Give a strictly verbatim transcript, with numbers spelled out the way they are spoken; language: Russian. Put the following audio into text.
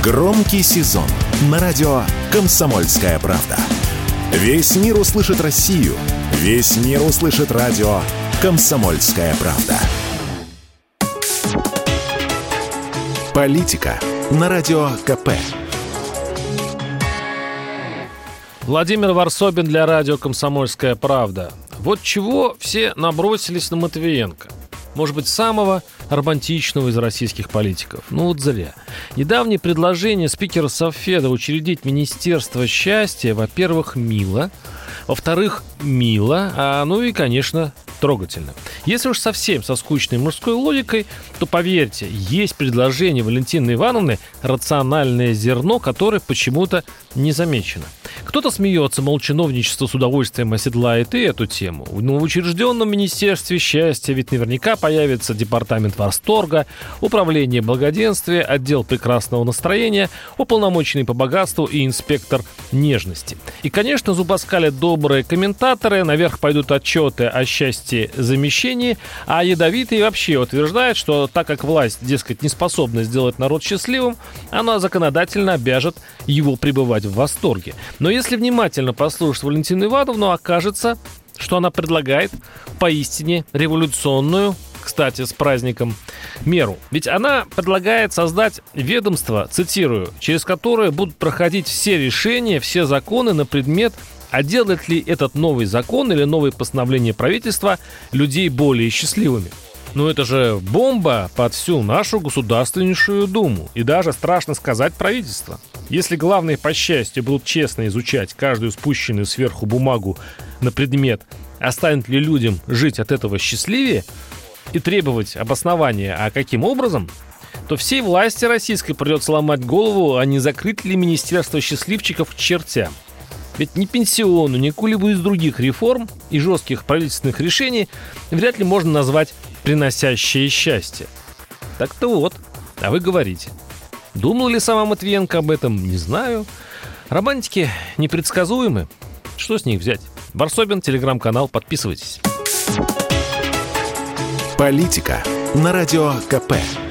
Громкий сезон на радио «Комсомольская правда». Весь мир услышит Россию. Весь мир услышит радио «Комсомольская правда». Политика на радио ка пэ. Владимир Варсобин для радио «Комсомольская правда». Вот чего все набросились на Матвиенко. Может быть, самого романтичного из российских политиков. Ну вот зря. Недавнее предложение спикера Совфеда учредить Министерство счастья, во-первых, мило, во-вторых, мило, а ну и, конечно, трогательно. Если уж совсем со скучной мужской логикой, то, поверьте, есть предложение Валентины Ивановны рациональное зерно, которое почему-то не замечено. Кто-то смеется, мол, чиновничество с удовольствием оседлает и эту тему. В новоучрежденном Министерстве счастья ведь наверняка появится департамент восторга, управление благоденствия, отдел прекрасного настроения, уполномоченный по богатству и инспектор нежности. И, конечно, зубоскалят добрые комментаторы, наверх пойдут отчеты о счастье замещении, а ядовитые вообще утверждают, что так как власть, дескать, не способна сделать народ счастливым, она законодательно обяжет его пребывать в восторге. Но если внимательно послушать Валентину Ивановну, окажется, что она предлагает поистине революционную, кстати, с праздником, меру. Ведь она предлагает создать ведомство, цитирую, через которое будут проходить все решения, все законы на предмет, а делает ли этот новый закон или новые постановления правительства людей более счастливыми. Ну это же бомба под всю нашу Государственнейшую Думу и даже, страшно сказать, правительство. Если главные по счастью будут честно изучать каждую спущенную сверху бумагу на предмет, а станет ли людям жить от этого счастливее, и требовать обоснования, а каким образом, то всей власти российской придется ломать голову, а не закрыть ли Министерство счастливчиков к чертям. Ведь ни пенсионную, ни какую-либо из других реформ и жестких правительственных решений вряд ли можно назвать приносящее счастье. Так-то вот, а вы говорите. Думал ли сама Матвиенко об этом, не знаю. Романтики непредсказуемы. Что с них взять? Варсобин, телеграм-канал, подписывайтесь. Политика на радио ка пэ.